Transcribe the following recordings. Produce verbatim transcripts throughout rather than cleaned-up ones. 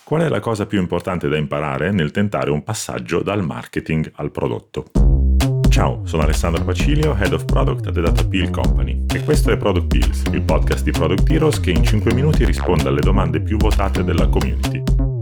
Qual è la cosa più importante da imparare nel tentare un passaggio dal marketing al prodotto? Ciao, sono Alessandro Pacilio, Head of Product at The Data Peel Company e questo è Product Pills, il podcast di Product Heroes che in cinque minuti risponde alle domande più votate della community.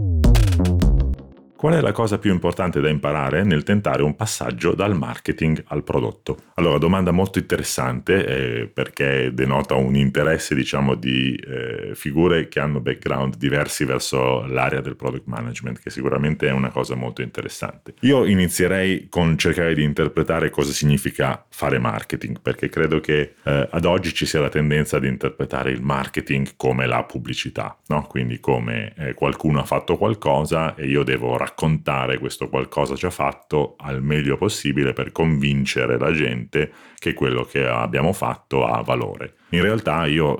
Qual è la cosa più importante da imparare nel tentare un passaggio dal marketing al prodotto? Allora, domanda molto interessante eh, perché denota un interesse, diciamo, di eh, figure che hanno background diversi verso l'area del product management, che sicuramente è una cosa molto interessante. Io inizierei con cercare di interpretare cosa significa fare marketing, perché credo che eh, ad oggi ci sia la tendenza di interpretare il marketing come la pubblicità, no? Quindi come eh, qualcuno ha fatto qualcosa e io devo raccontare raccontare questo qualcosa già fatto al meglio possibile per convincere la gente che quello che abbiamo fatto ha valore. In realtà io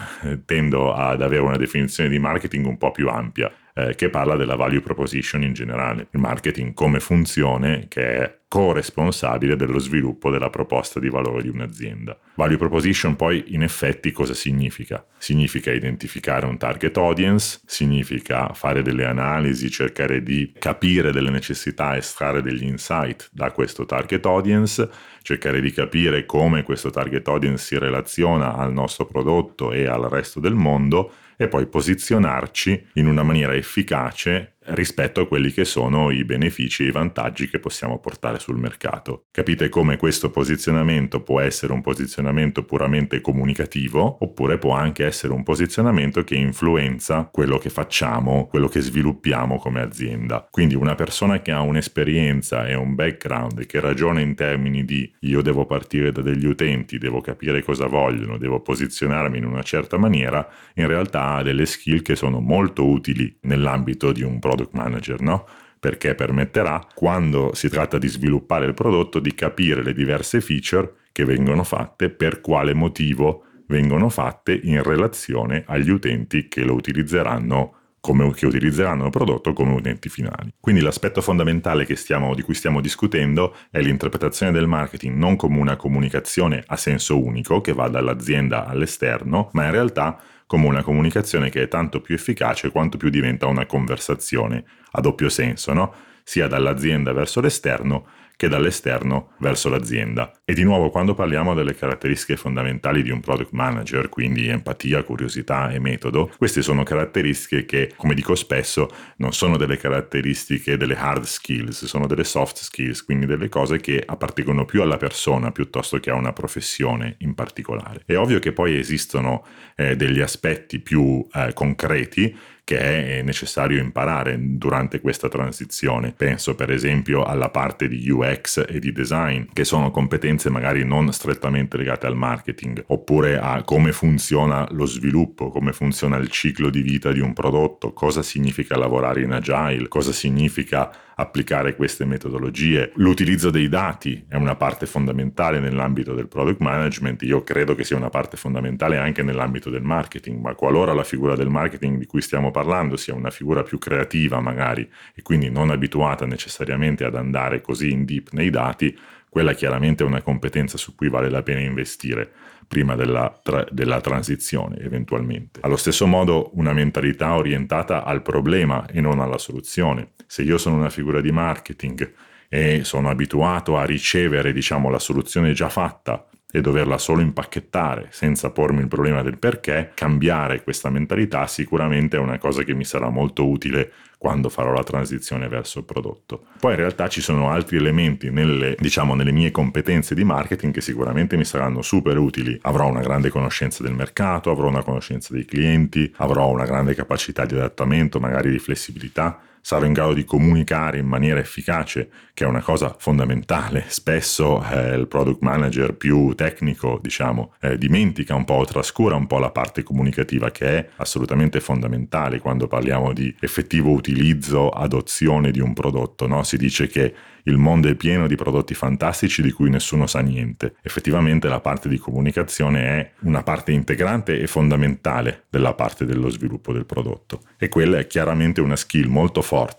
tendo ad avere una definizione di marketing un po' più ampia, eh, che parla della value proposition in generale. Il marketing come funzione che è corresponsabile dello sviluppo della proposta di valore di un'azienda. Value proposition poi in effetti cosa significa? Significa identificare un target audience, significa fare delle analisi, cercare di capire delle necessità, estrarre degli insight da questo target audience, cercare di capire come questo target audience si relaziona al nostro prodotto e al resto del mondo e poi posizionarci in una maniera efficace rispetto a quelli che sono i benefici e i vantaggi che possiamo portare sul mercato. Capite come questo posizionamento può essere un posizionamento puramente comunicativo oppure può anche essere un posizionamento che influenza quello che facciamo, quello che sviluppiamo come azienda. Quindi una persona che ha un'esperienza e un background e che ragiona in termini di io devo partire da degli utenti, devo capire cosa vogliono, devo posizionarmi in una certa maniera, in realtà ha delle skill che sono molto utili nell'ambito di un product manager, no? Perché permetterà, quando si tratta di sviluppare il prodotto, di capire le diverse feature che vengono fatte, per quale motivo vengono fatte in relazione agli utenti che lo utilizzeranno come che utilizzeranno il prodotto come utenti finali. Quindi l'aspetto fondamentale che stiamo, di cui stiamo discutendo è l'interpretazione del marketing non come una comunicazione a senso unico che va dall'azienda all'esterno, ma in realtà come una comunicazione che è tanto più efficace quanto più diventa una conversazione a doppio senso, no? Sia dall'azienda verso l'esterno che dall'esterno verso l'azienda. E di nuovo, quando parliamo delle caratteristiche fondamentali di un product manager, quindi empatia, curiosità e metodo, queste sono caratteristiche che, come dico spesso, non sono delle caratteristiche delle hard skills, sono delle soft skills, quindi delle cose che appartengono più alla persona piuttosto che a una professione in particolare. È ovvio che poi esistono eh, degli aspetti più eh, concreti che è necessario imparare durante questa transizione. Penso per esempio alla parte di U X e di design, che sono competenze magari non strettamente legate al marketing, oppure a come funziona lo sviluppo, come funziona il ciclo di vita di un prodotto, cosa significa lavorare in agile, cosa significa applicare queste metodologie. L'utilizzo dei dati è una parte fondamentale nell'ambito del product management, io credo che sia una parte fondamentale anche nell'ambito del marketing, ma qualora la figura del marketing di cui stiamo parlando sia una figura più creativa magari e quindi non abituata necessariamente ad andare così in deep nei dati, quella chiaramente è una competenza su cui vale la pena investire prima della, tra, della transizione eventualmente. Allo stesso modo una mentalità orientata al problema e non alla soluzione. Se io sono una figura di marketing e sono abituato a ricevere, diciamo, la soluzione già fatta e doverla solo impacchettare senza pormi il problema del perché, cambiare questa mentalità sicuramente è una cosa che mi sarà molto utile quando farò la transizione verso il prodotto. Poi in realtà ci sono altri elementi nelle, diciamo, nelle mie competenze di marketing che sicuramente mi saranno super utili. Avrò una grande conoscenza del mercato, avrò una conoscenza dei clienti, avrò una grande capacità di adattamento, magari di flessibilità, sarò in grado di comunicare in maniera efficace, che è una cosa fondamentale. Spesso eh, il product manager più tecnico, diciamo, eh, dimentica un po' o trascura un po' la parte comunicativa, che è assolutamente fondamentale quando parliamo di effettivo utilizzo, adozione di un prodotto, no? Si dice che il mondo è pieno di prodotti fantastici di cui nessuno sa niente. Effettivamente la parte di comunicazione è una parte integrante e fondamentale della parte dello sviluppo del prodotto, e quella è chiaramente una skill molto forte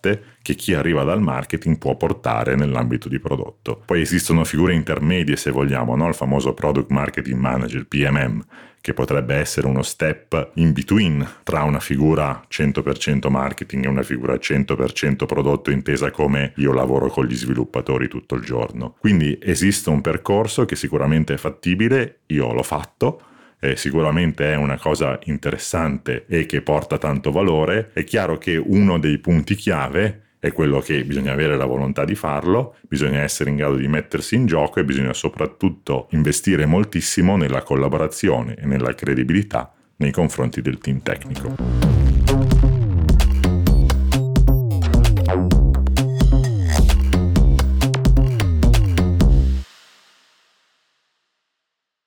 che chi arriva dal marketing può portare nell'ambito di prodotto. Poi esistono figure intermedie, se vogliamo, no? Il famoso Product Marketing Manager, il P M M, che potrebbe essere uno step in between tra una figura cento per cento marketing e una figura cento per cento prodotto, intesa come io lavoro con gli sviluppatori tutto il giorno. Quindi esiste un percorso che sicuramente è fattibile, io l'ho fatto, eh, sicuramente è una cosa interessante e che porta tanto valore. È chiaro che uno dei punti chiave è quello che bisogna avere la volontà di farlo, bisogna essere in grado di mettersi in gioco e bisogna soprattutto investire moltissimo nella collaborazione e nella credibilità nei confronti del team tecnico.